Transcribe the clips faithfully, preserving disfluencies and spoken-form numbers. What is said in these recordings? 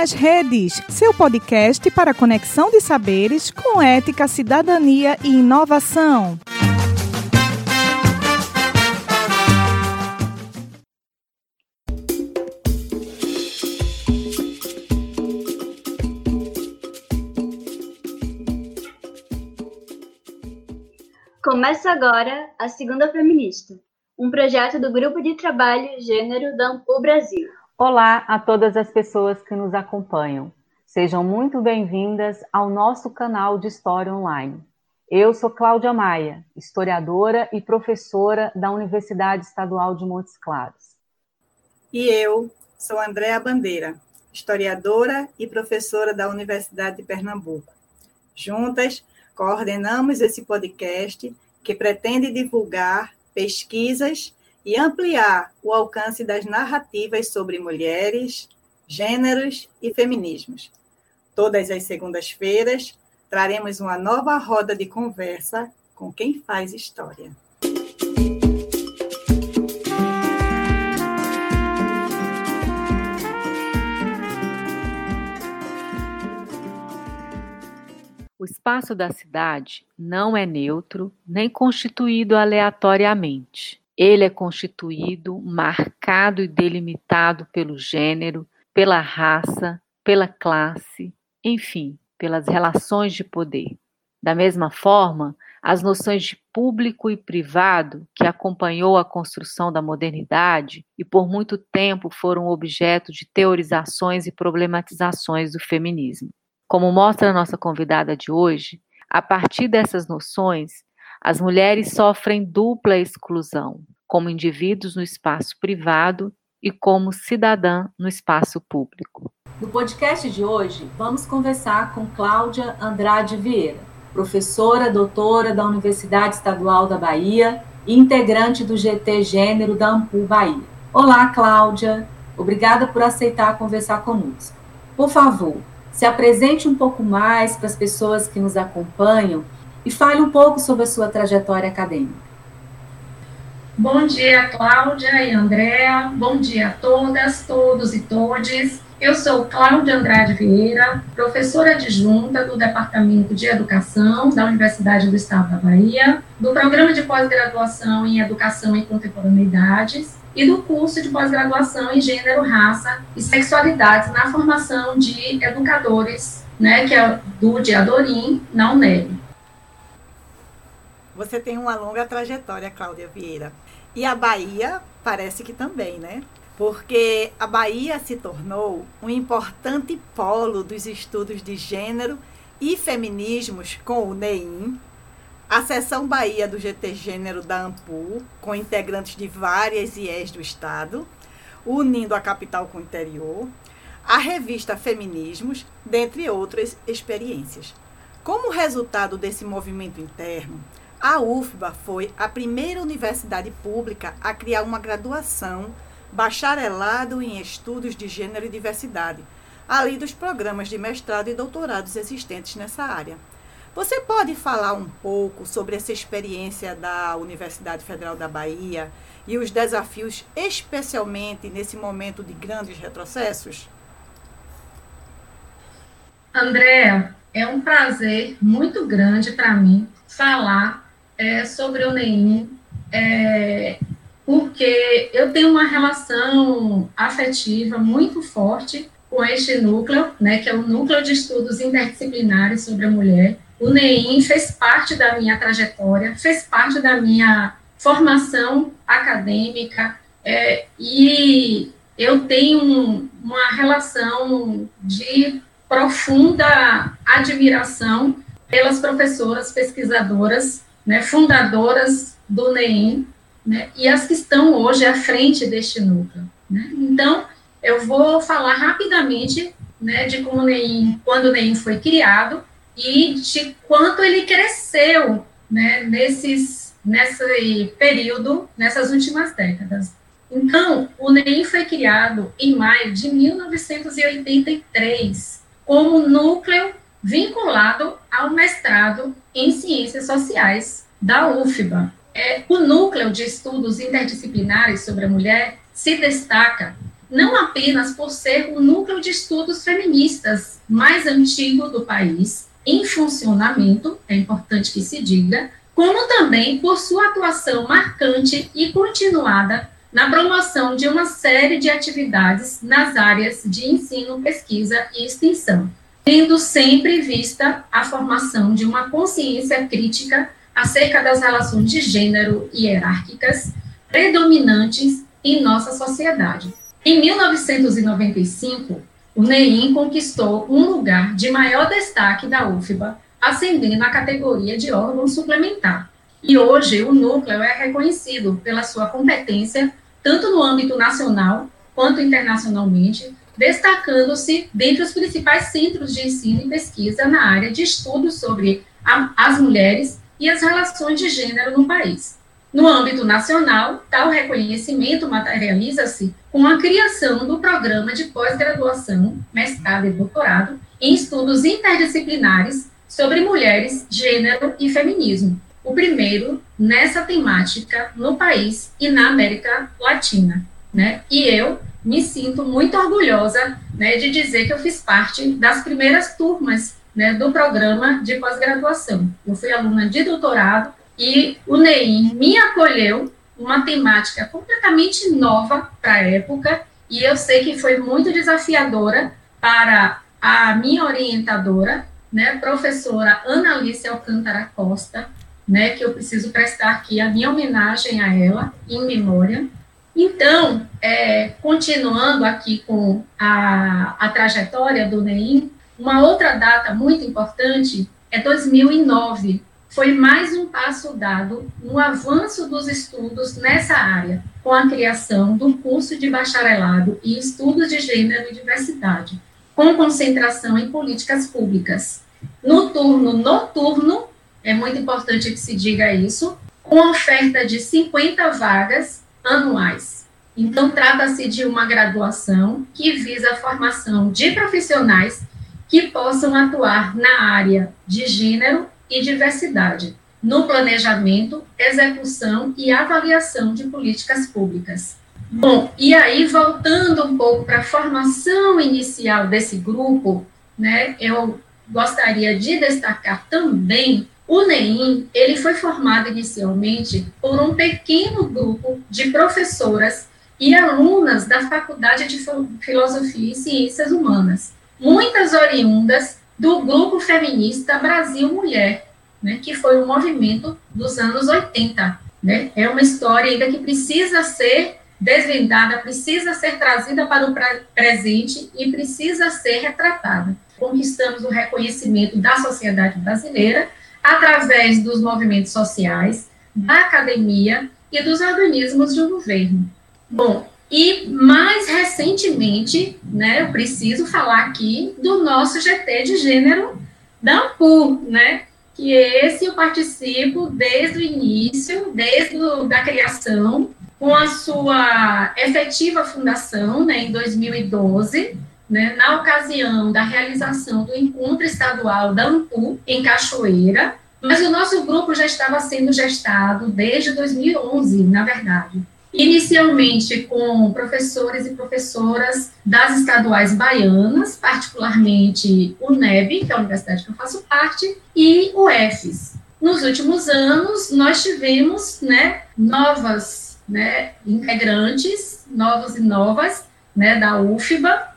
nas Redes, seu podcast para conexão de saberes com ética, cidadania e inovação. Começa agora a Segunda Feminista, um projeto do Grupo de Trabalho Gênero da Ampul Brasil. Olá a todas as pessoas que nos acompanham. Sejam muito bem-vindas ao nosso canal de História Online. Eu sou Cláudia Maia, historiadora e professora da Universidade Estadual de Montes Claros. E eu sou Andréa Bandeira, historiadora e professora da Universidade de Pernambuco. Juntas, coordenamos esse podcast que pretende divulgar pesquisas e ampliar o alcance das narrativas sobre mulheres, gêneros e feminismos. Todas as segundas-feiras, traremos uma nova roda de conversa com quem faz história. O espaço da cidade não é neutro nem constituído aleatoriamente. Ele é constituído, marcado e delimitado pelo gênero, pela raça, pela classe, enfim, pelas relações de poder. Da mesma forma, as noções de público e privado, que acompanhou a construção da modernidade e por muito tempo foram objeto de teorizações e problematizações do feminismo. Como mostra a nossa convidada de hoje, a partir dessas noções, as mulheres sofrem dupla exclusão, como indivíduos no espaço privado e como cidadã no espaço público. No podcast de hoje, vamos conversar com Cláudia Andrade Vieira, professora doutora da Universidade Estadual da Bahia e integrante do G T Gênero da Ampul Bahia. Olá, Cláudia. Obrigada por aceitar conversar conosco. Por favor, se apresente um pouco mais para as pessoas que nos acompanham e fale um pouco sobre a sua trajetória acadêmica. Bom dia, Cláudia e Andréa. Bom dia a todas, todos e todes. Eu sou Cláudia Andrade Vieira, professora adjunta do Departamento de Educação da Universidade do Estado da Bahia, do Programa de Pós-Graduação em Educação e Contemporaneidades e do curso de pós-graduação em Gênero, Raça e Sexualidades na formação de educadores, né, que é do Diadorim, na UNEB. Você tem uma longa trajetória, Cláudia Vieira. E a Bahia parece que também, né? Porque a Bahia se tornou um importante polo dos estudos de gênero e feminismos com o NEIM, a Seção Bahia do G T Gênero da Ampul, com integrantes de várias I Es do Estado, unindo a capital com o interior, a revista Feminismos, dentre outras experiências. Como resultado desse movimento interno, a U F B A foi a primeira universidade pública a criar uma graduação, bacharelado em estudos de gênero e diversidade, além dos programas de mestrado e doutorados existentes nessa área. Você pode falar um pouco sobre essa experiência da Universidade Federal da Bahia e os desafios, especialmente nesse momento de grandes retrocessos? Andréa, é um prazer muito grande para mim falar é, sobre o NEIM, é, porque eu tenho uma relação afetiva muito forte com este núcleo, né, que é o Núcleo de Estudos Interdisciplinares sobre a Mulher. O NEIM fez parte da minha trajetória, fez parte da minha formação acadêmica, é, e eu tenho uma relação de profunda admiração pelas professoras pesquisadoras, né, fundadoras do NEIM, né, e as que estão hoje à frente deste núcleo, né? Então, eu vou falar rapidamente, né, de como o NEIM, quando o NEIM foi criado, e de quanto ele cresceu, né, nesses, nesse período, nessas últimas décadas. Então, o NEIM foi criado em maio de mil novecentos e oitenta e três, como núcleo vinculado ao mestrado em Ciências Sociais da U F B A. É, o Núcleo de Estudos Interdisciplinares sobre a Mulher se destaca não apenas por ser o núcleo de estudos feministas mais antigo do país, em funcionamento, é importante que se diga, como também por sua atuação marcante e continuada na promoção de uma série de atividades nas áreas de ensino, pesquisa e extensão, tendo sempre vista a formação de uma consciência crítica acerca das relações de gênero hierárquicas predominantes em nossa sociedade. Em mil novecentos e noventa e cinco, o NEIM conquistou um lugar de maior destaque da U F B A, ascendendo à categoria de órgão suplementar. E hoje o núcleo é reconhecido pela sua competência, tanto no âmbito nacional quanto internacionalmente, destacando-se dentre os principais centros de ensino e pesquisa na área de estudos sobre a, as mulheres e as relações de gênero no país. No âmbito nacional, tal reconhecimento materializa-se com a criação do programa de pós-graduação, mestrado e doutorado em estudos interdisciplinares sobre mulheres, gênero e feminismo, o primeiro nessa temática no país e na América Latina, né? E eu me sinto muito orgulhosa, né, de dizer que eu fiz parte das primeiras turmas, né, do programa de pós-graduação. Eu fui aluna de doutorado e o NEIM me acolheu, uma temática completamente nova para a época, e eu sei que foi muito desafiadora para a minha orientadora, né, professora Ana Alice Alcântara Costa, né, que eu preciso prestar aqui a minha homenagem a ela, em memória. Então, é, continuando aqui com a, a trajetória do NEIM, uma outra data muito importante é dois mil e nove, foi mais um passo dado no avanço dos estudos nessa área, com a criação do curso de bacharelado em estudos de gênero e diversidade, com concentração em políticas públicas. No turno noturno, é muito importante que se diga isso, com oferta de cinquenta vagas anuais. Então, trata-se de uma graduação que visa a formação de profissionais que possam atuar na área de gênero e diversidade, no planejamento, execução e avaliação de políticas públicas. Bom, e aí, voltando um pouco para a formação inicial desse grupo, né, eu gostaria de destacar também o NEIM. Ele foi formado inicialmente por um pequeno grupo de professoras e alunas da Faculdade de Filosofia e Ciências Humanas, muitas oriundas do grupo feminista Brasil Mulher, né, que foi um movimento dos anos oitenta. Né? É uma história ainda que precisa ser desvendada, precisa ser trazida para o presente e precisa ser retratada. Conquistamos o reconhecimento da sociedade brasileira através dos movimentos sociais, da academia e dos organismos de governo. Bom, e mais recentemente, né, eu preciso falar aqui do nosso G T de gênero da AMPU, né, que esse eu participo desde o início, desde o, da criação, com a sua efetiva fundação, né, em dois mil e doze, né, na ocasião da realização do encontro estadual da AMPU, em Cachoeira, mas o nosso grupo já estava sendo gestado desde dois mil e onze, na verdade. Inicialmente com professores e professoras das estaduais baianas, particularmente o N E B, que é a universidade que eu faço parte, e o E F E S. Nos últimos anos, nós tivemos, né, novas, né, integrantes, novos e novas, né, da U F B A,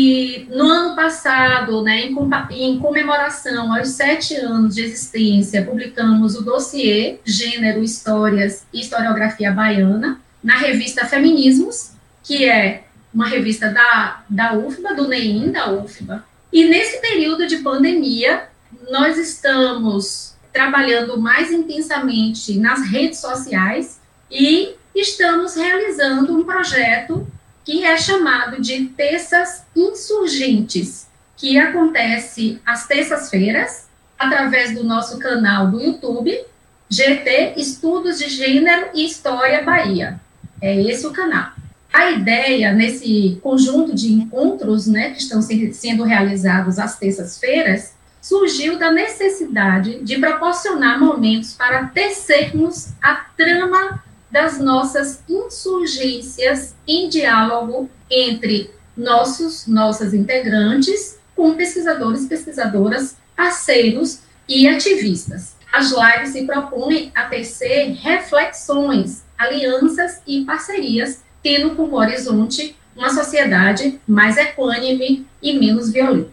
e no ano passado, né, em, em comemoração aos sete anos de existência, publicamos o dossiê Gênero, Histórias e Historiografia Baiana, na revista Feminismos, que é uma revista da, da U F B A, do NEIM, da U F B A. E nesse período de pandemia, nós estamos trabalhando mais intensamente nas redes sociais e estamos realizando um projeto que é chamado de Terças Insurgentes, que acontece às terças-feiras, através do nosso canal do YouTube, G T Estudos de Gênero e História Bahia. É esse o canal. A ideia, nesse conjunto de encontros, né, que estão sendo realizados às terças-feiras, surgiu da necessidade de proporcionar momentos para tecermos a trama das nossas insurgências em diálogo entre nossos, nossas integrantes com pesquisadores, pesquisadoras, parceiros e ativistas. As lives se propõem a tecer reflexões, alianças e parcerias, tendo como horizonte uma sociedade mais equânime e menos violenta.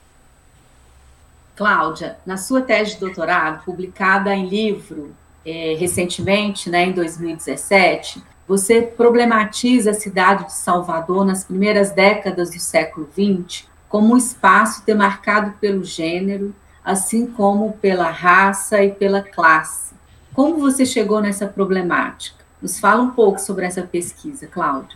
Cláudia, na sua tese de doutorado, publicada em livro é, recentemente, né, em dois mil e dezessete, você problematiza a cidade de Salvador nas primeiras décadas do século vinte como um espaço demarcado pelo gênero, assim como pela raça e pela classe. Como você chegou nessa problemática? Nos fala um pouco sobre essa pesquisa, Cláudia.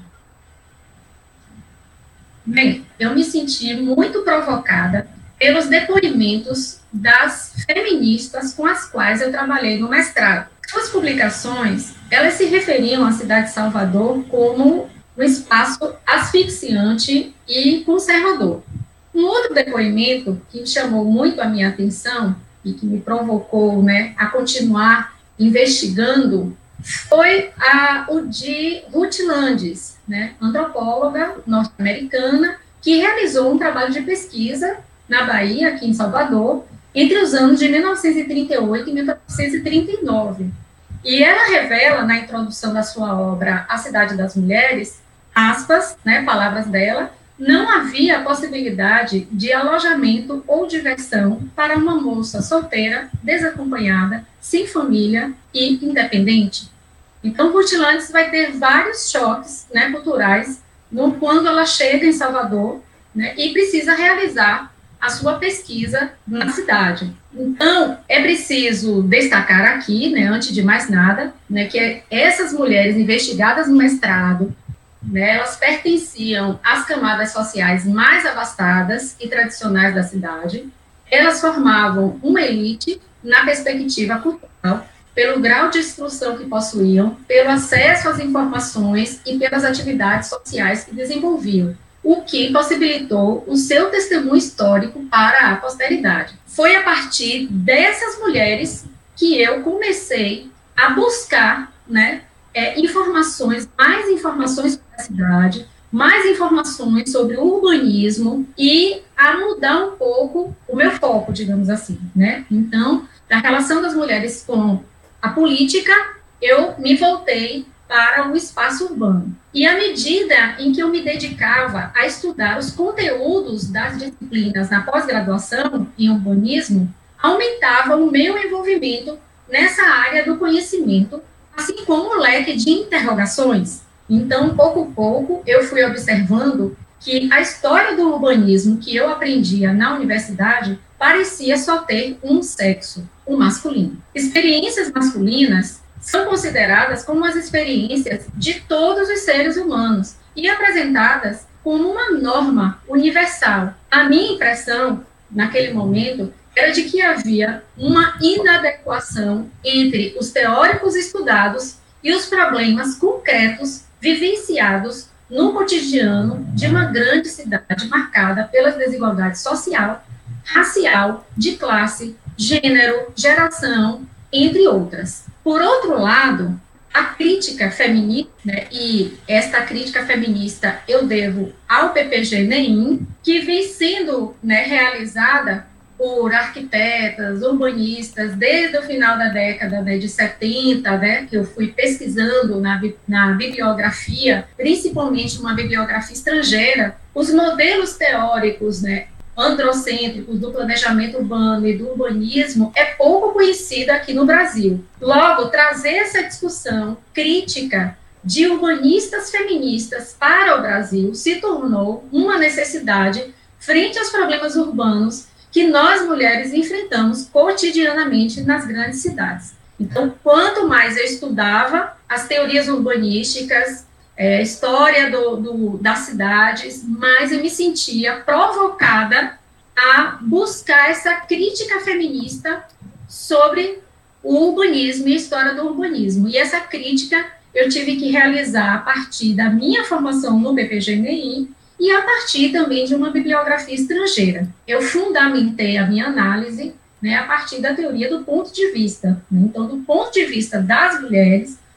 Bem, eu me senti muito provocada pelos depoimentos das feministas com as quais eu trabalhei no mestrado. Suas publicações, elas se referiam à cidade de Salvador como um espaço asfixiante e conservador. Um outro depoimento que chamou muito a minha atenção e que me provocou, né, a continuar investigando foi a, o de Ruth Landes, né, antropóloga norte-americana, que realizou um trabalho de pesquisa na Bahia, aqui em Salvador, entre os anos de mil novecentos e trinta e oito e mil novecentos e trinta e nove. E ela revela, na introdução da sua obra A Cidade das Mulheres, aspas, né, palavras dela, não havia possibilidade de alojamento ou diversão para uma moça solteira, desacompanhada, sem família e independente. Então, Ruth Landes vai ter vários choques, né, culturais no, quando ela chega em Salvador, né, e precisa realizar a sua pesquisa na cidade. Então, é preciso destacar aqui, né, antes de mais nada, né, que essas mulheres investigadas no mestrado, né, elas pertenciam às camadas sociais mais abastadas e tradicionais da cidade. Elas formavam uma elite na perspectiva cultural, pelo grau de instrução que possuíam, pelo acesso às informações e pelas atividades sociais que desenvolviam, o que possibilitou o seu testemunho histórico para a posteridade. Foi a partir dessas mulheres que eu comecei a buscar, né, é, informações, mais informações sobre a cidade, mais informações sobre o urbanismo e a mudar um pouco o meu foco, digamos assim, né? Então, da relação das mulheres com a política, eu me voltei para o espaço urbano. E à medida em que eu me dedicava a estudar os conteúdos das disciplinas na pós-graduação em urbanismo, aumentava o meu envolvimento nessa área do conhecimento, assim como o leque de interrogações. Então, pouco a pouco, eu fui observando que a história do urbanismo que eu aprendia na universidade parecia só ter um sexo, o masculino. Experiências masculinas são consideradas como as experiências de todos os seres humanos e apresentadas como uma norma universal. A minha impressão, naquele momento, era de que havia uma inadequação entre os teóricos estudados e os problemas concretos vivenciados no cotidiano de uma grande cidade marcada pelas desigualdades social, racial, de classe, gênero, geração, entre outras. Por outro lado, a crítica feminista, né, e esta crítica feminista eu devo ao P P G NEIM, que vem sendo, né, realizada por arquitetas, urbanistas, desde o final da década, né, de setenta, né, que eu fui pesquisando na, na bibliografia, principalmente uma bibliografia estrangeira, os modelos teóricos, né, androcêntricos do planejamento urbano e do urbanismo é pouco conhecida aqui no Brasil. Logo, trazer essa discussão crítica de urbanistas feministas para o Brasil se tornou uma necessidade frente aos problemas urbanos que nós, mulheres, enfrentamos cotidianamente nas grandes cidades. Então, quanto mais eu estudava as teorias urbanísticas, é, história do, do, das cidades, mais eu me sentia provocada a buscar essa crítica feminista sobre o urbanismo e a história do urbanismo. E essa crítica eu tive que realizar a partir da minha formação no B P G NEIM e a partir também de uma bibliografia estrangeira. Eu fundamentei a minha análise, né, a partir da teoria do ponto de vista. Né? Então, do ponto de vista das mulheres,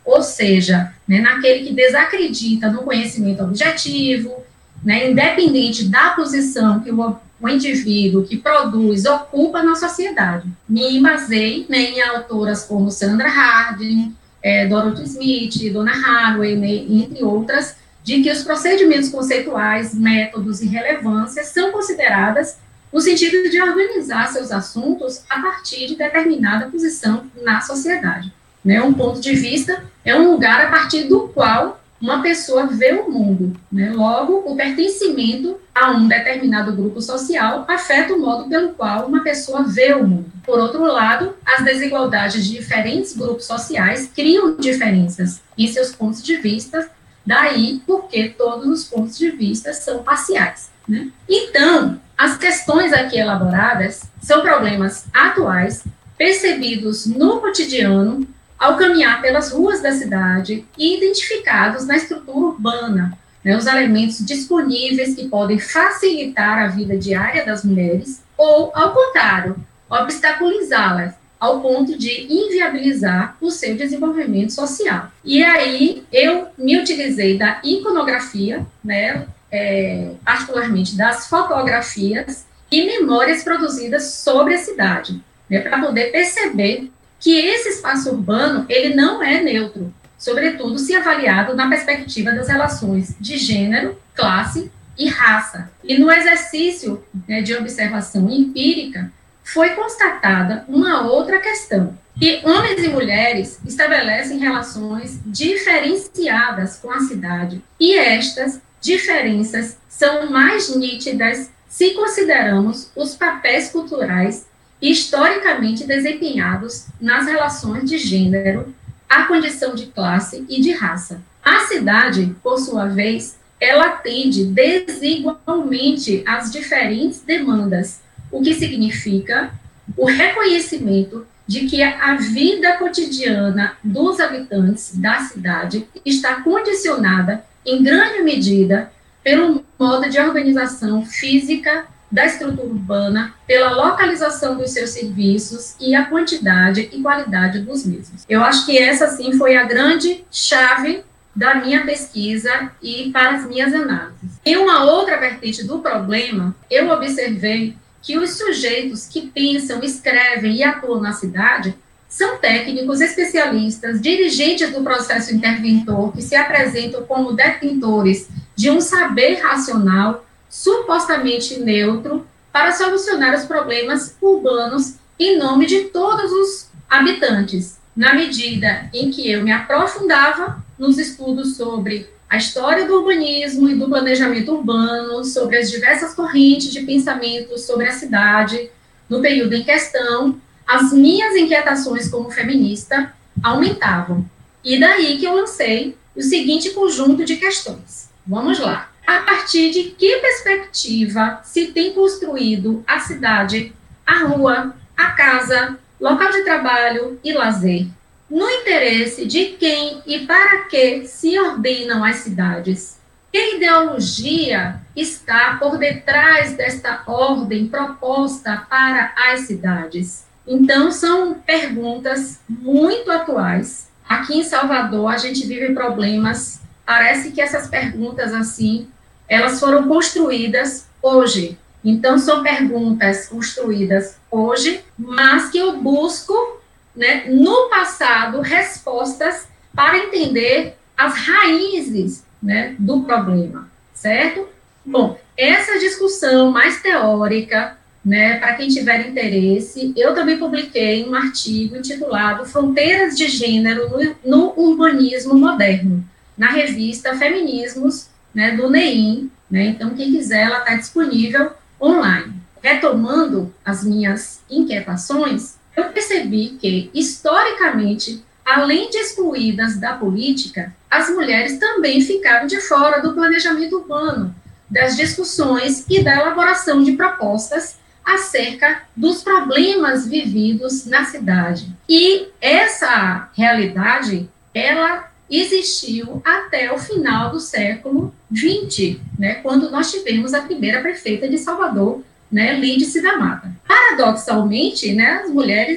ou seja, né, naquele que desacredita no conhecimento objetivo, né, independente da posição que o, o indivíduo que produz ocupa na sociedade. Me basei, né, em autoras como Sandra Harding, é, Dorothy Smith, Donna Haraway, né, entre outras, de que os procedimentos conceituais, métodos e relevâncias são consideradas no sentido de organizar seus assuntos a partir de determinada posição na sociedade. Né? Um ponto de vista é um lugar a partir do qual uma pessoa vê o mundo. Né? Logo, o pertencimento a um determinado grupo social afeta o modo pelo qual uma pessoa vê o mundo. Por outro lado, as desigualdades de diferentes grupos sociais criam diferenças em seus pontos de vista, daí porque todos os pontos de vista são parciais. Né? Então, as questões aqui elaboradas são problemas atuais, percebidos no cotidiano, ao caminhar pelas ruas da cidade e identificados na estrutura urbana, né, os elementos disponíveis que podem facilitar a vida diária das mulheres ou, ao contrário, obstaculizá-las ao ponto de inviabilizar o seu desenvolvimento social. E aí eu me utilizei da iconografia, né, é, particularmente das fotografias e memórias produzidas sobre a cidade, né, para poder perceber que esse espaço urbano, ele não é neutro, sobretudo se avaliado na perspectiva das relações de gênero, classe e raça. E no exercício, né, de observação empírica, foi constatada uma outra questão, que homens e mulheres estabelecem relações diferenciadas com a cidade, e estas diferenças são mais nítidas se consideramos os papéis culturais historicamente desempenhados nas relações de gênero, a condição de classe e de raça. A cidade, por sua vez, ela atende desigualmente às diferentes demandas, o que significa o reconhecimento de que a vida cotidiana dos habitantes da cidade está condicionada, em grande medida, pelo modo de organização física da estrutura urbana, pela localização dos seus serviços e a quantidade e qualidade dos mesmos. Eu acho que essa, sim, foi a grande chave da minha pesquisa e para as minhas análises. Em uma outra vertente do problema, eu observei que os sujeitos que pensam, escrevem e atuam na cidade são técnicos, especialistas, dirigentes do processo interventor que se apresentam como detentores de um saber racional supostamente neutro para solucionar os problemas urbanos em nome de todos os habitantes, na medida em que eu me aprofundava nos estudos sobre a história do urbanismo e do planejamento urbano, sobre as diversas correntes de pensamento sobre a cidade, no período em questão, as minhas inquietações como feminista aumentavam. E daí que eu lancei o seguinte conjunto de questões. Vamos lá. A partir de que perspectiva se tem construído a cidade, a rua, a casa, local de trabalho e lazer? No interesse de quem e para que se ordenam as cidades? Que ideologia está por detrás desta ordem proposta para as cidades? Então, são perguntas muito atuais. Aqui em Salvador, a gente vive problemas, parece que essas perguntas, assim, elas foram construídas hoje. Então, são perguntas construídas hoje, mas que eu busco, né, no passado, respostas para entender as raízes, né, do problema, certo? Bom, essa discussão mais teórica, né, para quem tiver interesse, eu também publiquei um artigo intitulado Fronteiras de Gênero no, no Urbanismo Moderno, na revista Feminismos, né, do NEIM, né, então quem quiser, ela está disponível online. Retomando as minhas inquietações, eu percebi que, historicamente, além de excluídas da política, as mulheres também ficaram de fora do planejamento urbano, das discussões e da elaboração de propostas acerca dos problemas vividos na cidade. E essa realidade, ela existiu até o final do século vinte, né, quando nós tivemos a primeira prefeita de Salvador, né, Lídice da Mata. Paradoxalmente, né, as mulheres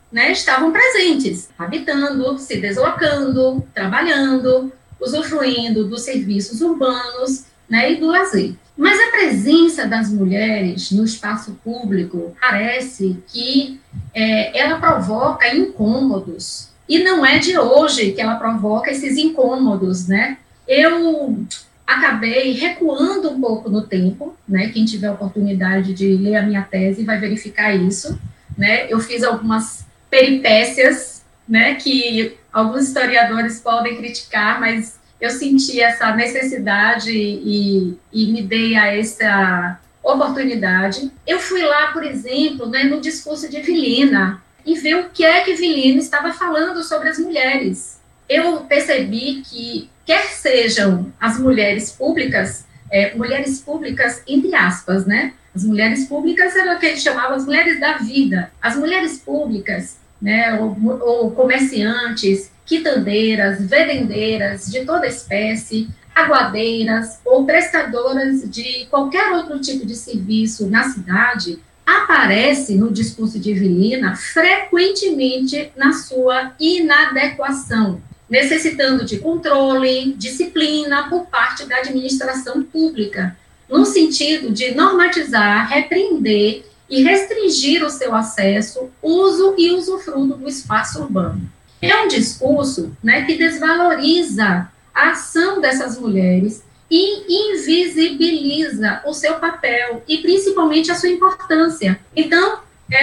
né, estavam presentes, habitando, se deslocando, trabalhando, usufruindo dos serviços urbanos, né, e do lazer. Mas a presença das mulheres no espaço público parece que é, ela provoca incômodos, e não é de hoje que ela provoca esses incômodos, né? Eu acabei recuando um pouco no tempo, né? Quem tiver a oportunidade de ler a minha tese vai verificar isso, né? Eu fiz algumas peripécias, né? Que alguns historiadores podem criticar, mas eu senti essa necessidade e, e me dei a essa oportunidade. Eu fui lá, por exemplo, né, no discurso de Vilhena e ver o que é que Vilhena estava falando sobre as mulheres. Eu percebi que, quer sejam as mulheres públicas, é, mulheres públicas entre aspas, né? As mulheres públicas eram o que ele chamava as mulheres da vida. As mulheres públicas, né, ou, ou comerciantes, quitandeiras, vendendeiras de toda espécie, aguadeiras ou prestadoras de qualquer outro tipo de serviço na cidade, aparece no discurso de Vilhena frequentemente na sua inadequação, necessitando de controle, disciplina por parte da administração pública, no sentido de normatizar, repreender e restringir o seu acesso, uso e usufruto do espaço urbano. É um discurso, né, que desvaloriza a ação dessas mulheres e invisibiliza o seu papel e principalmente a sua importância. Então,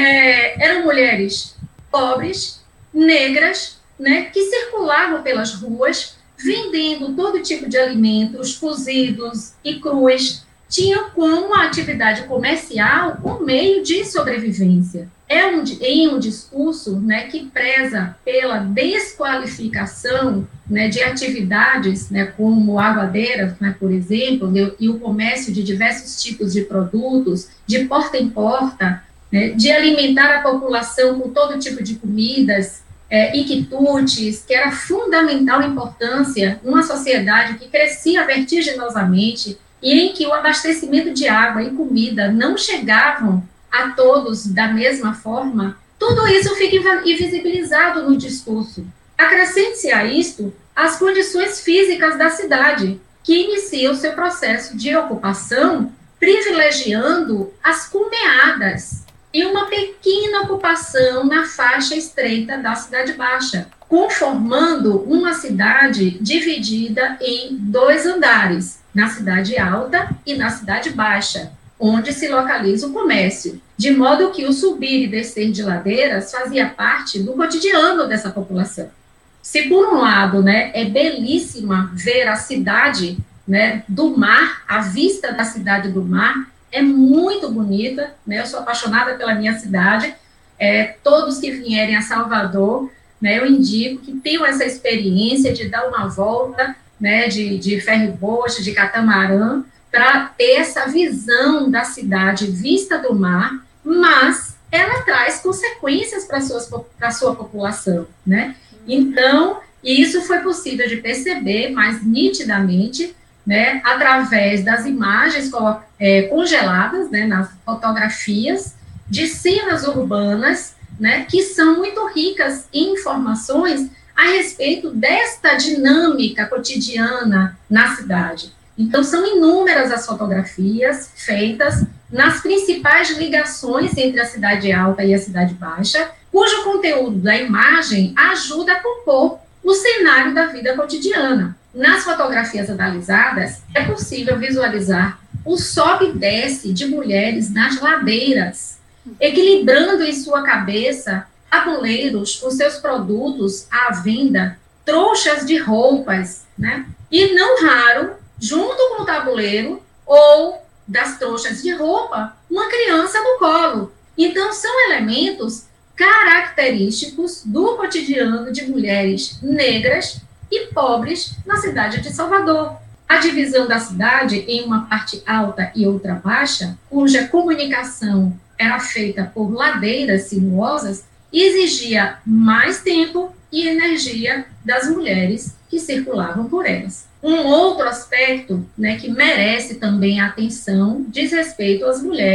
é, eram mulheres pobres, negras, né, que circulavam pelas ruas vendendo todo tipo de alimentos cozidos e crus, tinham como a atividade comercial um meio de sobrevivência. É um, em um discurso, né, que preza pela desqualificação, né, de atividades, né, como aguadeira, né, por exemplo, né, e o comércio de diversos tipos de produtos, de porta em porta, né, de alimentar a população com todo tipo de comidas é, e quitutes, que era fundamental importância numa sociedade que crescia vertiginosamente e em que o abastecimento de água e comida não chegavam a todos da mesma forma, tudo isso fica invisibilizado no discurso. Acrescente-se a isto as condições físicas da cidade, que inicia o seu processo de ocupação privilegiando as cumeadas e uma pequena ocupação na faixa estreita da Cidade Baixa, conformando uma cidade dividida em dois andares, na Cidade Alta e na Cidade Baixa, onde se localiza o comércio, de modo que o subir e descer de ladeiras fazia parte do cotidiano dessa população. Se, por um lado, né, é belíssima ver a cidade, né, do mar, a vista da cidade do mar é muito bonita, né, eu sou apaixonada pela minha cidade, é, todos que vierem a Salvador, né, eu indico que tenham essa experiência de dar uma volta, né, de, de ferry-boat, de catamarã, para ter essa visão da cidade vista do mar, mas ela traz consequências para a sua população, né? Então, isso foi possível de perceber mais nitidamente, né, através das imagens é, congeladas, né, nas fotografias de cenas urbanas, né, que são muito ricas em informações a respeito desta dinâmica cotidiana na cidade. Então, são inúmeras as fotografias feitas nas principais ligações entre a Cidade Alta e a Cidade Baixa, cujo conteúdo da imagem ajuda a compor o cenário da vida cotidiana. Nas fotografias analisadas, é possível visualizar o sobe e desce de mulheres nas ladeiras, equilibrando em sua cabeça tabuleiros com seus produtos à venda, trouxas de roupas, né? E não raro, junto com o tabuleiro ou das trouxas de roupa, uma criança no colo. Então, são elementos característicos do cotidiano de mulheres negras e pobres na cidade de Salvador. A divisão da cidade em uma parte alta e outra baixa, cuja comunicação era feita por ladeiras sinuosas, exigia mais tempo e energia das mulheres que circulavam por elas. Um outro aspecto, né, que merece também atenção diz respeito às mulheres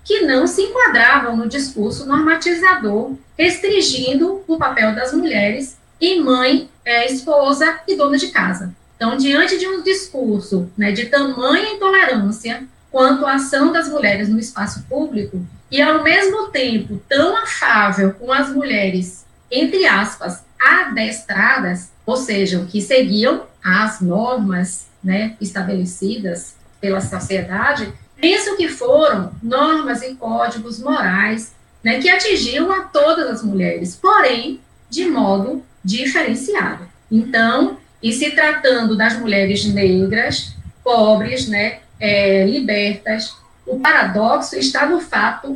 que não se enquadravam no discurso normatizador, restringindo o papel das mulheres em mãe, é, esposa e dona de casa. Então, diante de um discurso, né, de tamanha intolerância quanto à ação das mulheres no espaço público, e ao mesmo tempo tão afável com as mulheres, entre aspas, adestradas, ou seja, que seguiam as normas, né, estabelecidas pela sociedade, penso que foram normas e códigos morais, né, que atingiam a todas as mulheres, porém, de modo diferenciado. Então, e se tratando das mulheres negras, pobres, né, é, libertas, o paradoxo está no fato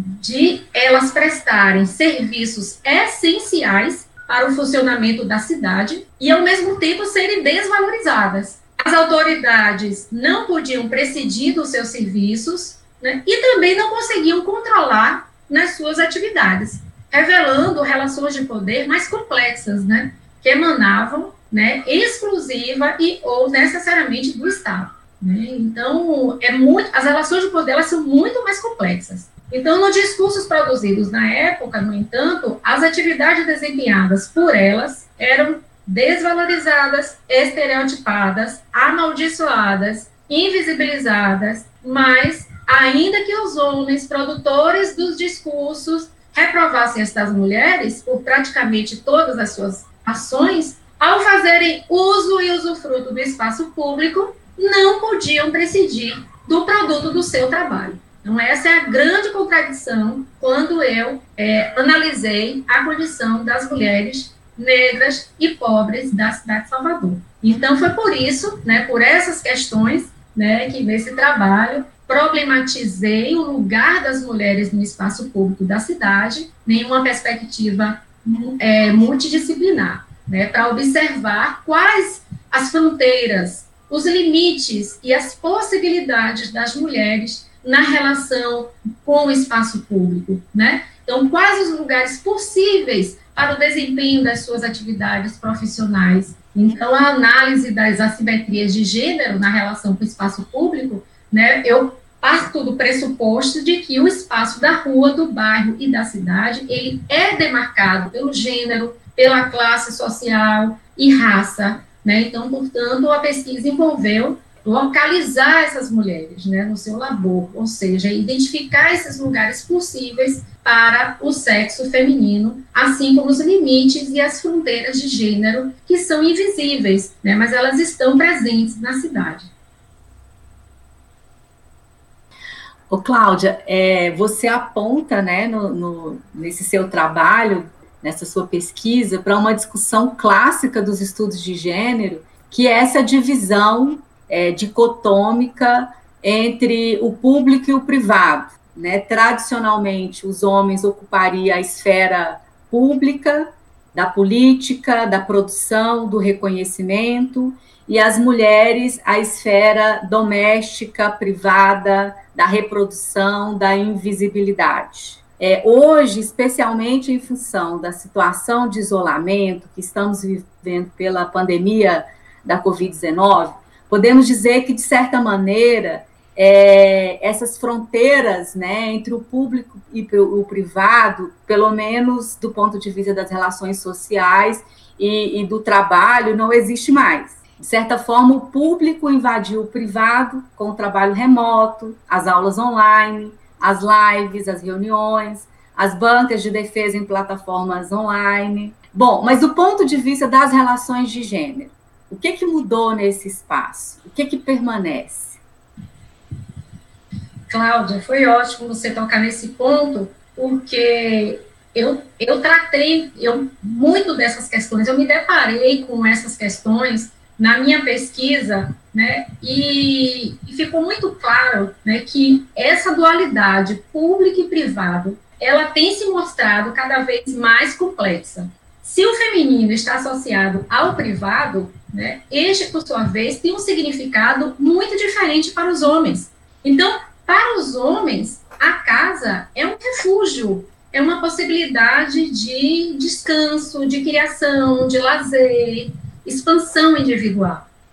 de elas prestarem serviços essenciais para o funcionamento da cidade e, ao mesmo tempo, serem desvalorizadas. As autoridades não podiam prescindir dos seus serviços, né, e também não conseguiam controlar nas suas atividades, revelando relações de poder mais complexas, né, que emanavam, né, exclusiva e ou necessariamente do Estado. Né? Então, é muito, as relações de poder elas são muito mais complexas. Então, nos discursos produzidos na época, no entanto, as atividades desempenhadas por elas eram desvalorizadas, estereotipadas, amaldiçoadas, invisibilizadas, mas, ainda que os homens produtores dos discursos reprovassem estas mulheres por praticamente todas as suas ações, ao fazerem uso e usufruto do espaço público, não podiam prescindir do produto do seu trabalho. Então, essa é a grande contradição quando eu é, analisei a condição das mulheres negras e pobres da cidade de Salvador. Então, foi por isso, né, por essas questões, né, que nesse trabalho problematizei o lugar das mulheres no espaço público da cidade em uma perspectiva é, multidisciplinar, né, para observar quais as fronteiras, os limites e as possibilidades das mulheres na relação com o espaço público, né? Então, quais os lugares possíveis para o desempenho das suas atividades profissionais? Então, a análise das assimetrias de gênero na relação com o espaço público, né, eu parto do pressuposto de que o espaço da rua, do bairro e da cidade, ele é demarcado pelo gênero, pela classe social e raça, né? Então, portanto, a pesquisa envolveu localizar essas mulheres, né, no seu labor, ou seja, identificar esses lugares possíveis para o sexo feminino, assim como os limites e as fronteiras de gênero que são invisíveis, né, mas elas estão presentes na cidade. Ô, Cláudia, é, você aponta, né, no, no, nesse seu trabalho, nessa sua pesquisa, para uma discussão clássica dos estudos de gênero, que é essa divisão É, dicotômica entre o público e o privado, né? Tradicionalmente, os homens ocupariam a esfera pública, da política, da produção, do reconhecimento, e as mulheres a esfera doméstica, privada, da reprodução, da invisibilidade. É, hoje, especialmente em função da situação de isolamento que estamos vivendo pela pandemia da covid dezenove, podemos dizer que, de certa maneira, é, essas fronteiras, né, entre o público e o privado, pelo menos do ponto de vista das relações sociais e, e do trabalho, não existe mais. De certa forma, o público invadiu o privado com o trabalho remoto, as aulas online, as lives, as reuniões, as bancas de defesa em plataformas online. Bom, mas do ponto de vista das relações de gênero, o que, que mudou nesse espaço? O que, que permanece? Cláudia, foi ótimo você tocar nesse ponto, porque eu, eu tratei eu, muito dessas questões, eu me deparei com essas questões na minha pesquisa, né, e, e ficou muito claro, né, que essa dualidade público e privado, ela tem se mostrado cada vez mais complexa. Se o feminino está associado ao privado, né, este, por sua vez, tem um significado muito diferente para os homens. Então, para os homens, a casa é um refúgio, é uma possibilidade de descanso, de criação, de lazer, expansão individual.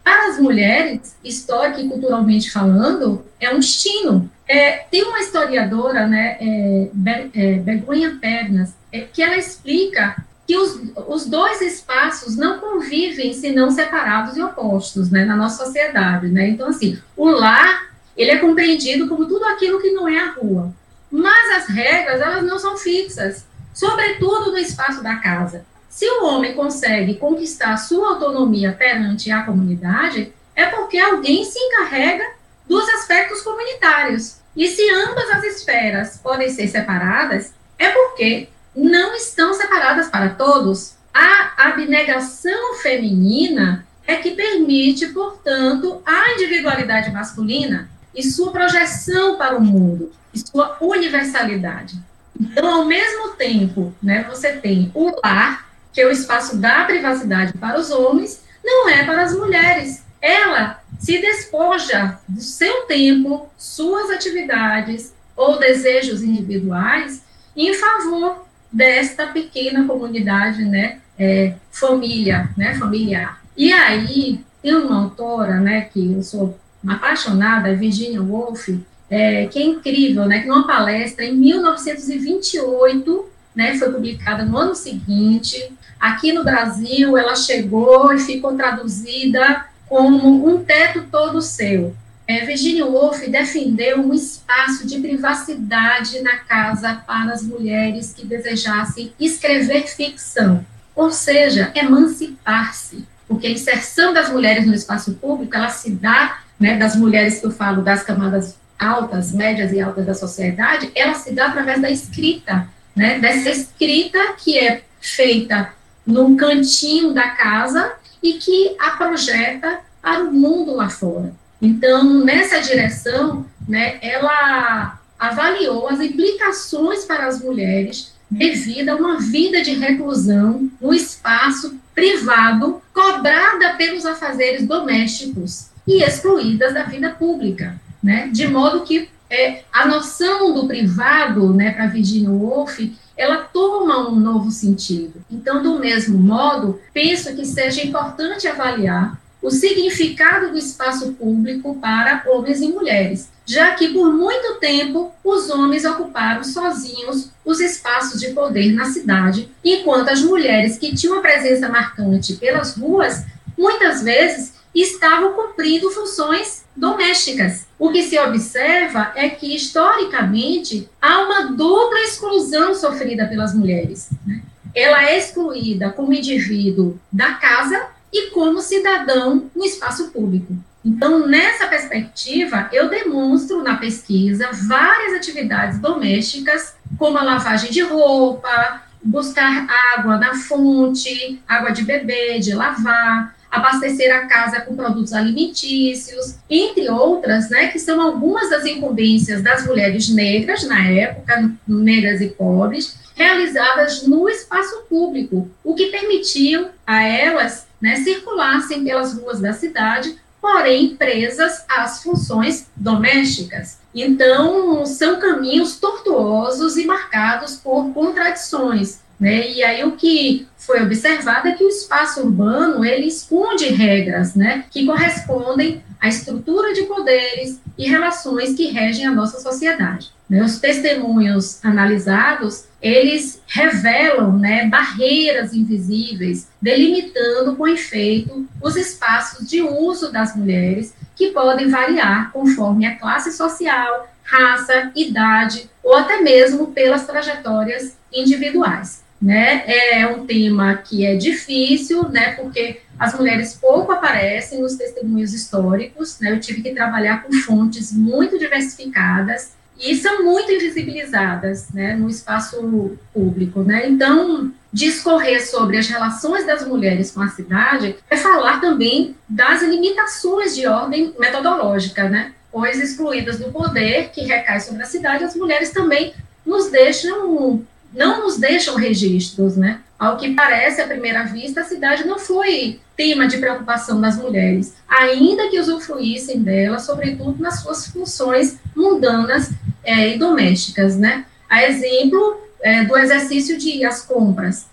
Para as mulheres, histórica e culturalmente falando, é um destino. É, tem uma historiadora, né, é, Be, é, Begonha Pernas, é, que ela explica que os, os dois espaços não convivem senão separados e opostos, né, na nossa sociedade, né? Então, assim, o lar, ele é compreendido como tudo aquilo que não é a rua. Mas as regras, elas não são fixas, sobretudo no espaço da casa. Se o homem consegue conquistar sua autonomia perante a comunidade, é porque alguém se encarrega dos aspectos comunitários. E se ambas as esferas podem ser separadas, é porque não estão separadas para todos. A abnegação feminina é que permite, portanto, a individualidade masculina e sua projeção para o mundo, e sua universalidade. Então, ao mesmo tempo, né, você tem o lar, que é o espaço da privacidade para os homens, não é para as mulheres. Ela se despoja do seu tempo, suas atividades ou desejos individuais em favor desta pequena comunidade, né, é, família, né, familiar. E aí, tem uma autora, né, que eu sou apaixonada, Virginia Woolf, é, que é incrível, né, que numa palestra em mil novecentos e vinte e oito, né, foi publicada no ano seguinte. Aqui no Brasil, ela chegou e ficou traduzida como Um Teto Todo Seu. É, Virginia Woolf defendeu um espaço de privacidade na casa para as mulheres que desejassem escrever ficção, ou seja, emancipar-se, porque a inserção das mulheres no espaço público, ela se dá, né, das mulheres que eu falo, das camadas altas, médias e altas da sociedade, ela se dá através da escrita, né, dessa escrita que é feita num cantinho da casa e que a projeta para o mundo lá fora. Então, nessa direção, né, ela avaliou as implicações para as mulheres devido a uma vida de reclusão no espaço privado, cobrada pelos afazeres domésticos e excluídas da vida pública, né, de modo que é, a noção do privado, né, para Virginia Woolf, ela toma um novo sentido. Então, do mesmo modo, penso que seja importante avaliar o significado do espaço público para homens e mulheres, já que por muito tempo os homens ocuparam sozinhos os espaços de poder na cidade, enquanto as mulheres que tinham uma presença marcante pelas ruas, muitas vezes estavam cumprindo funções domésticas. O que se observa é que, historicamente, há uma dupla exclusão sofrida pelas mulheres, né? Ela é excluída como indivíduo da casa e como cidadão no espaço público. Então, nessa perspectiva, eu demonstro na pesquisa várias atividades domésticas, como a lavagem de roupa, buscar água na fonte, água de beber, de lavar, abastecer a casa com produtos alimentícios, entre outras, né, que são algumas das incumbências das mulheres negras, na época, negras e pobres, realizadas no espaço público, o que permitiu a elas, né, circulassem pelas ruas da cidade, porém presas às funções domésticas. Então, são caminhos tortuosos e marcados por contradições, né? E aí o que foi observado é que o espaço urbano, ele esconde regras, né, que correspondem à estrutura de poderes e relações que regem a nossa sociedade. Né? Os testemunhos analisados, eles revelam, né, barreiras invisíveis, delimitando com efeito os espaços de uso das mulheres, que podem variar conforme a classe social, raça, idade, ou até mesmo pelas trajetórias individuais. Né? É um tema que é difícil, né, porque as mulheres pouco aparecem nos testemunhos históricos, né? Eu tive que trabalhar com fontes muito diversificadas e são muito invisibilizadas, né, no espaço público, né? Então, discorrer sobre as relações das mulheres com a cidade é falar também das limitações de ordem metodológica, né? Pois, excluídas do poder que recai sobre a cidade, as mulheres também nos deixam... não nos deixam registros, né? Ao que parece, à primeira vista, a cidade não foi tema de preocupação das mulheres, ainda que usufruíssem dela, sobretudo nas suas funções mundanas é, e domésticas, né? A exemplo é, do exercício de ir às compras.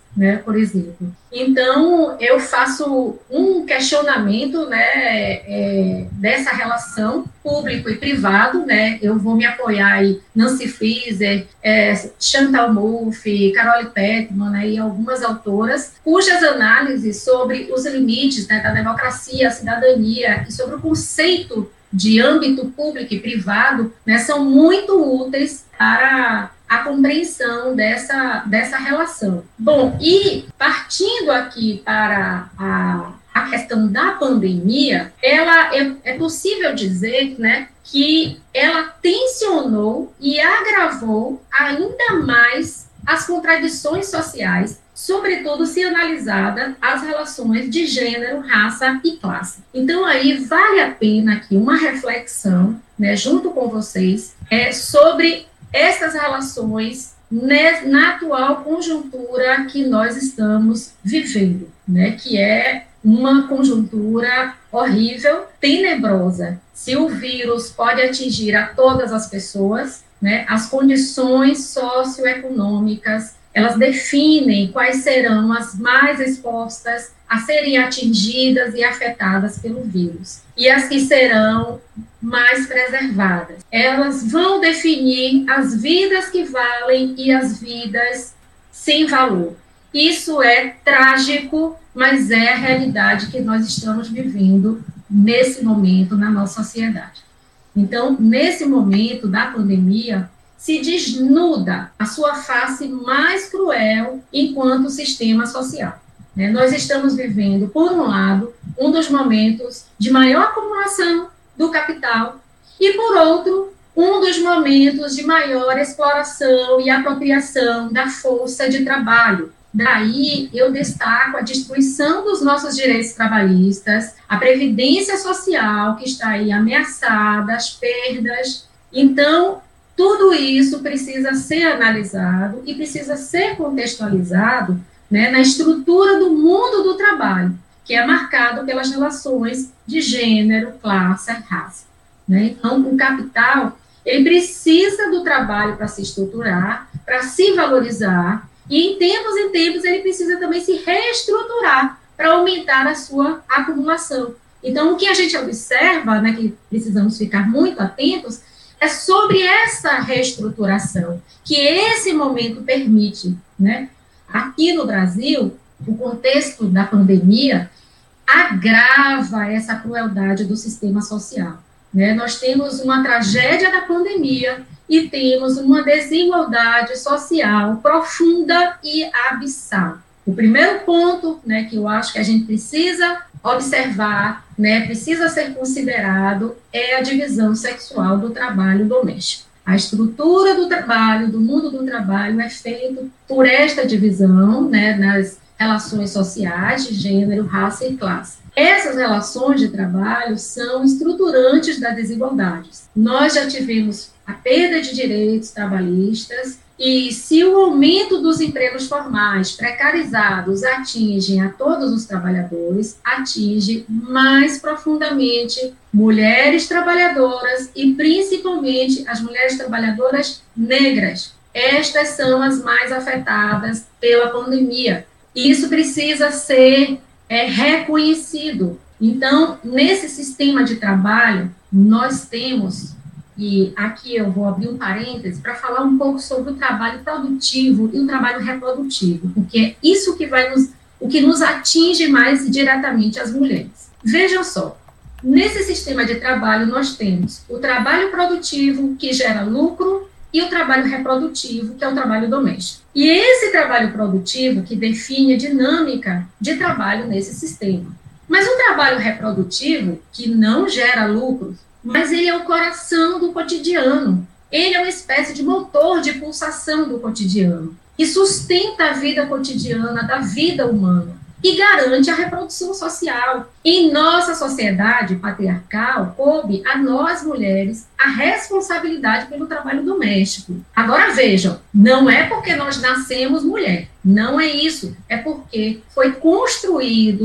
né, por exemplo. Então, eu faço um questionamento, né, é, dessa relação público e privado, né, eu vou me apoiar aí Nancy Fraser, é, Chantal Mouffe, Carole Petman, né, e algumas autoras, cujas análises sobre os limites, né, da democracia, a cidadania e sobre o conceito de âmbito público e privado, né, são muito úteis para a compreensão dessa, dessa relação. Bom, e partindo aqui para a, a questão da pandemia, ela é, é possível dizer, né, que ela tensionou e agravou ainda mais as contradições sociais, sobretudo se analisada as relações de gênero, raça e classe. Então, aí vale a pena aqui uma reflexão, né, junto com vocês, é, sobre essas relações né, na atual conjuntura que nós estamos vivendo, né, que é uma conjuntura horrível, tenebrosa. Se o vírus pode atingir a todas as pessoas, né, as condições socioeconômicas, elas definem quais serão as mais expostas a serem atingidas e afetadas pelo vírus, e as que serão mais preservadas. Elas vão definir as vidas que valem e as vidas sem valor. Isso é trágico, mas é a realidade que nós estamos vivendo nesse momento na nossa sociedade. Então, nesse momento da pandemia, se desnuda a sua face mais cruel enquanto sistema social. Né? Nós estamos vivendo, por um lado, um dos momentos de maior acumulação do capital e, por outro, um dos momentos de maior exploração e apropriação da força de trabalho. Daí eu destaco a destruição dos nossos direitos trabalhistas, a previdência social que está aí ameaçada, as perdas. Então, tudo isso precisa ser analisado e precisa ser contextualizado, né, na estrutura do mundo do trabalho, que é marcado pelas relações de gênero, classe, raça. Né? Então, o capital, ele precisa do trabalho para se estruturar, para se valorizar, e em tempos em tempos ele precisa também se reestruturar para aumentar a sua acumulação. Então, o que a gente observa, né, que precisamos ficar muito atentos, é sobre essa reestruturação que esse momento permite, né? Aqui no Brasil, o contexto da pandemia agrava essa crueldade do sistema social, né? Nós temos uma tragédia da pandemia e temos uma desigualdade social profunda e abissal. O primeiro ponto, né, que eu acho que a gente precisa observar, né, precisa ser considerado, é a divisão sexual do trabalho doméstico. A estrutura do trabalho, do mundo do trabalho, é feita por esta divisão, né, nas relações sociais de gênero, raça e classe. Essas relações de trabalho são estruturantes das desigualdades. Nós já tivemos a perda de direitos trabalhistas, e se o aumento dos empregos formais precarizados atinge a todos os trabalhadores, atinge mais profundamente mulheres trabalhadoras e principalmente as mulheres trabalhadoras negras. Estas são as mais afetadas pela pandemia. E isso precisa ser é, reconhecido. Então, nesse sistema de trabalho, nós temos... E aqui eu vou abrir um parêntese para falar um pouco sobre o trabalho produtivo e o trabalho reprodutivo, porque é isso que vai nos, o que nos atinge mais diretamente as mulheres. Vejam só, nesse sistema de trabalho nós temos o trabalho produtivo, que gera lucro, e o trabalho reprodutivo, que é o trabalho doméstico. E esse trabalho produtivo que define a dinâmica de trabalho nesse sistema. Mas o trabalho reprodutivo, que não gera lucros, mas ele é o coração do cotidiano. Ele é uma espécie de motor de pulsação do cotidiano, que sustenta a vida cotidiana da vida humana e garante a reprodução social. Em nossa sociedade patriarcal, coube a nós, mulheres, a responsabilidade pelo trabalho doméstico. Agora vejam, não é porque nós nascemos mulher, não é isso, é porque foi construído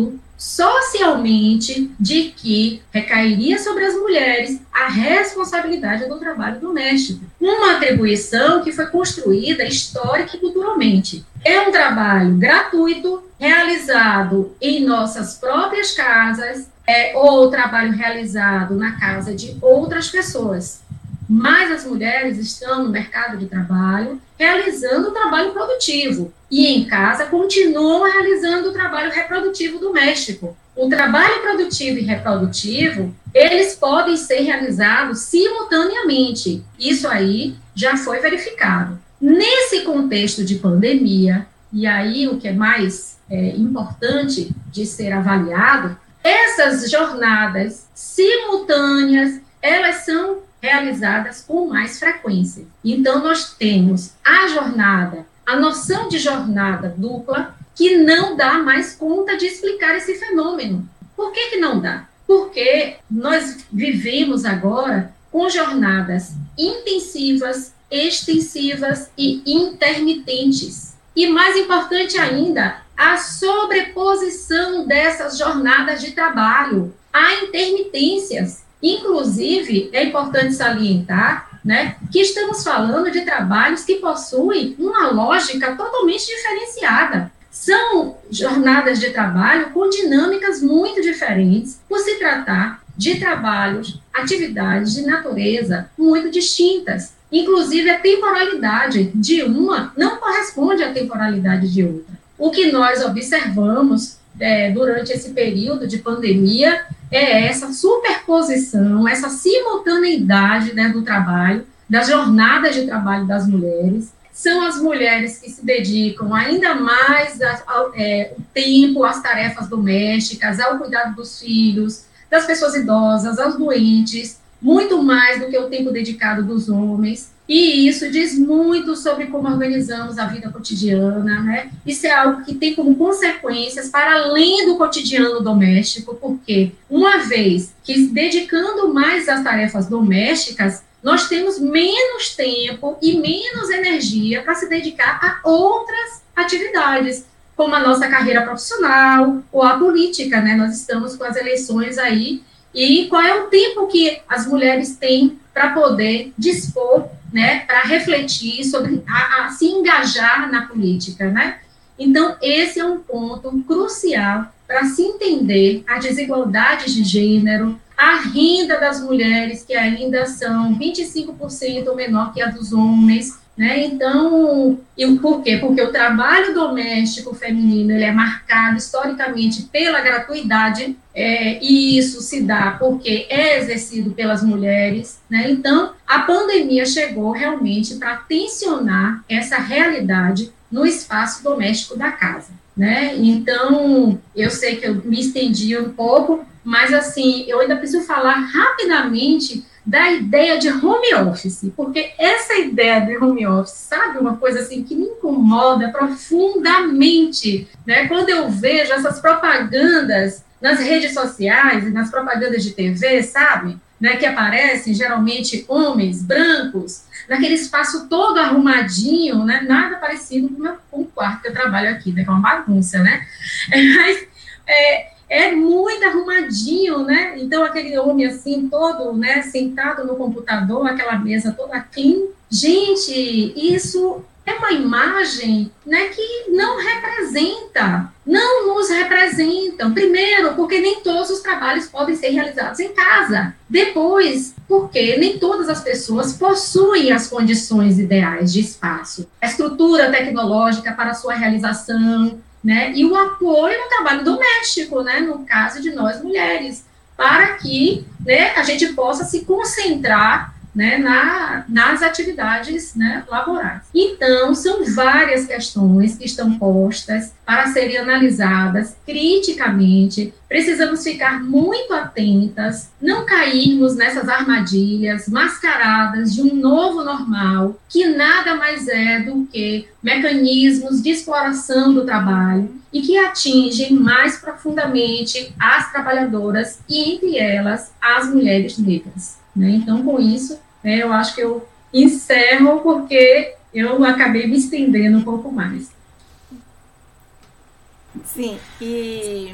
socialmente de que recairia sobre as mulheres a responsabilidade do trabalho doméstico. Uma atribuição que foi construída histórica e culturalmente. É um trabalho gratuito, realizado em nossas próprias casas, é, ou trabalho realizado na casa de outras pessoas. Mas as mulheres estão no mercado de trabalho realizando o trabalho produtivo e em casa continuam realizando o trabalho reprodutivo doméstico. O trabalho produtivo e reprodutivo, eles podem ser realizados simultaneamente. Isso aí já foi verificado. Nesse contexto de pandemia, e aí o que é mais é, importante de ser avaliado, essas jornadas simultâneas, elas são realizadas com mais frequência. Então, nós temos a jornada, a noção de jornada dupla, que não dá mais conta de explicar esse fenômeno. Por que que não dá? Porque nós vivemos agora com jornadas intensivas, extensivas e intermitentes. E mais importante ainda, a sobreposição dessas jornadas de trabalho. Há intermitências. Inclusive, é importante salientar, né, que estamos falando de trabalhos que possuem uma lógica totalmente diferenciada. São jornadas de trabalho com dinâmicas muito diferentes, por se tratar de trabalhos, atividades de natureza muito distintas. Inclusive, a temporalidade de uma não corresponde à temporalidade de outra. O que nós observamos é, durante esse período de pandemia é essa superposição, essa simultaneidade, né, do trabalho, das jornadas de trabalho das mulheres. São as mulheres que se dedicam ainda mais a, a, é, o tempo às tarefas domésticas, ao cuidado dos filhos, das pessoas idosas, aos doentes, muito mais do que o tempo dedicado dos homens. E isso diz muito sobre como organizamos a vida cotidiana, né? Isso é algo que tem como consequências para além do cotidiano doméstico, porque uma vez que dedicando mais às tarefas domésticas, nós temos menos tempo e menos energia para se dedicar a outras atividades, como a nossa carreira profissional ou a política, né? Nós estamos com as eleições aí, e qual é o tempo que as mulheres têm para poder dispor, né, para refletir sobre, a, a se engajar na política, né? Então, esse é um ponto crucial para se entender a desigualdade de gênero, a renda das mulheres, que ainda são vinte e cinco por cento menor que a dos homens, né? Então, e por quê? Porque o trabalho doméstico feminino, ele é marcado historicamente pela gratuidade, é, e isso se dá porque é exercido pelas mulheres, né? Então, a pandemia chegou realmente para tensionar essa realidade no espaço doméstico da casa, né? Então, eu sei que eu me estendi um pouco, mas assim, eu ainda preciso falar rapidamente da ideia de home office, porque essa ideia de home office, sabe, uma coisa assim que me incomoda profundamente, né? Quando eu vejo essas propagandas nas redes sociais e nas propagandas de T V, sabe, né, que aparecem geralmente homens brancos, naquele espaço todo arrumadinho, né, nada parecido com o meu com o quarto que eu trabalho aqui, né, que é uma bagunça, né, é, mas é, é muito arrumadinho, né, então aquele homem assim, todo, né, sentado no computador, aquela mesa toda clean, gente, isso é uma imagem, né, que não representa, não nos representam. Primeiro, porque nem todos os trabalhos podem ser realizados em casa. Depois, porque nem todas as pessoas possuem as condições ideais de espaço, a estrutura tecnológica para a sua realização, né, e o apoio no trabalho doméstico, né, no caso de nós mulheres, para que, né, a gente possa se concentrar, né, na, nas atividades, né, laborais. Então, são várias questões que estão postas para serem analisadas criticamente. Precisamos ficar muito atentas, não cairmos nessas armadilhas mascaradas de um novo normal, que nada mais é do que mecanismos de exploração do trabalho e que atingem mais profundamente as trabalhadoras e, entre elas, as mulheres negras, né? Então, com isso, né, eu acho que eu encerro porque eu acabei me estendendo um pouco mais. Sim, e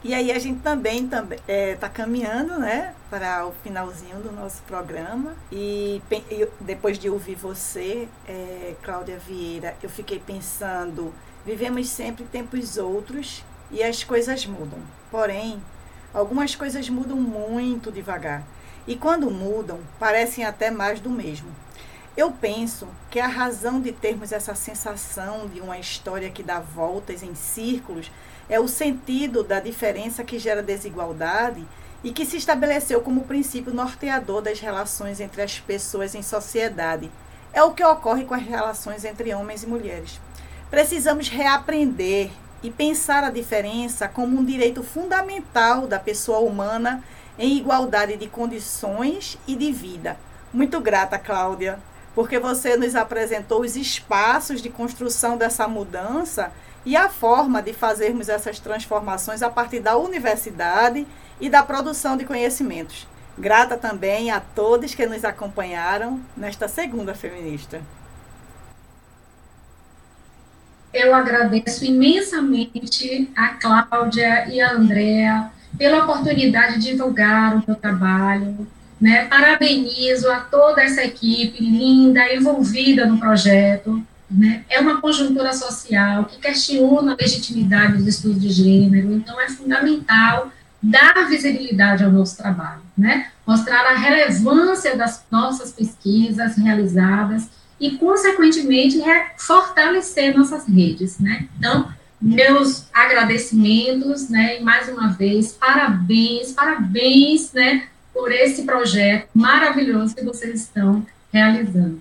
E aí a gente também está é, tá caminhando, né, para o finalzinho do nosso programa. E eu, depois de ouvir você, é, Cláudia Vieira, eu fiquei pensando, vivemos sempre tempos outros e as coisas mudam. Porém, algumas coisas mudam muito devagar. E quando mudam, parecem até mais do mesmo. Eu penso que a razão de termos essa sensação de uma história que dá voltas em círculos é o sentido da diferença que gera desigualdade e que se estabeleceu como princípio norteador das relações entre as pessoas em sociedade. É o que ocorre com as relações entre homens e mulheres. Precisamos reaprender e pensar a diferença como um direito fundamental da pessoa humana em igualdade de condições e de vida. Muito grata, Cláudia, porque você nos apresentou os espaços de construção dessa mudança e a forma de fazermos essas transformações a partir da universidade e da produção de conhecimentos. Grata também a todos que nos acompanharam nesta segunda feminista. Eu agradeço imensamente a Cláudia e a Andréa pela oportunidade de divulgar o meu trabalho, né? Parabenizo a toda essa equipe linda, envolvida no projeto, né? É uma conjuntura social que questiona a legitimidade dos estudos de gênero, então é fundamental dar visibilidade ao nosso trabalho, né? Mostrar a relevância das nossas pesquisas realizadas e, consequentemente, fortalecer nossas redes, né? Então, meus agradecimentos, né? E, mais uma vez, parabéns, parabéns, né? Por esse projeto maravilhoso que vocês estão realizando.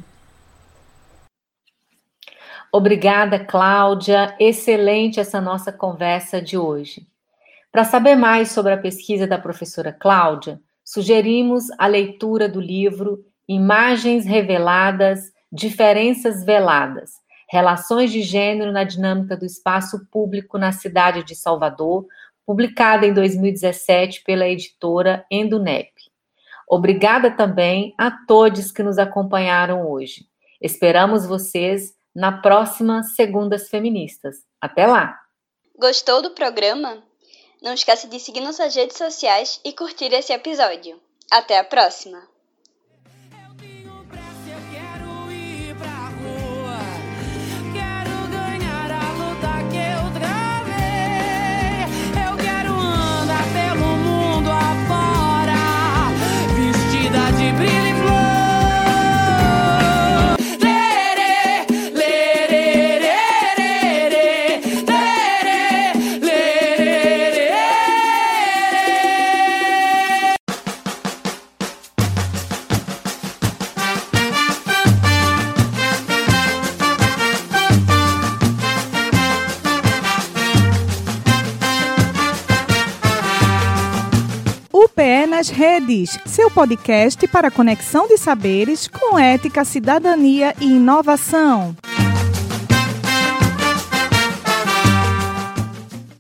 Obrigada, Cláudia. Excelente essa nossa conversa de hoje. Para saber mais sobre a pesquisa da professora Cláudia, sugerimos a leitura do livro Imagens Reveladas, Diferenças Veladas, Relações de Gênero na Dinâmica do Espaço Público na Cidade de Salvador, publicada em dois mil e dezessete pela editora Endunep. Obrigada também a todos que nos acompanharam hoje. Esperamos vocês na próxima Segundas Feministas. Até lá! Gostou do programa? Não esqueça de seguir nossas redes sociais e curtir esse episódio. Até a próxima! U P E nas Redes, seu podcast para conexão de saberes com ética, cidadania e inovação.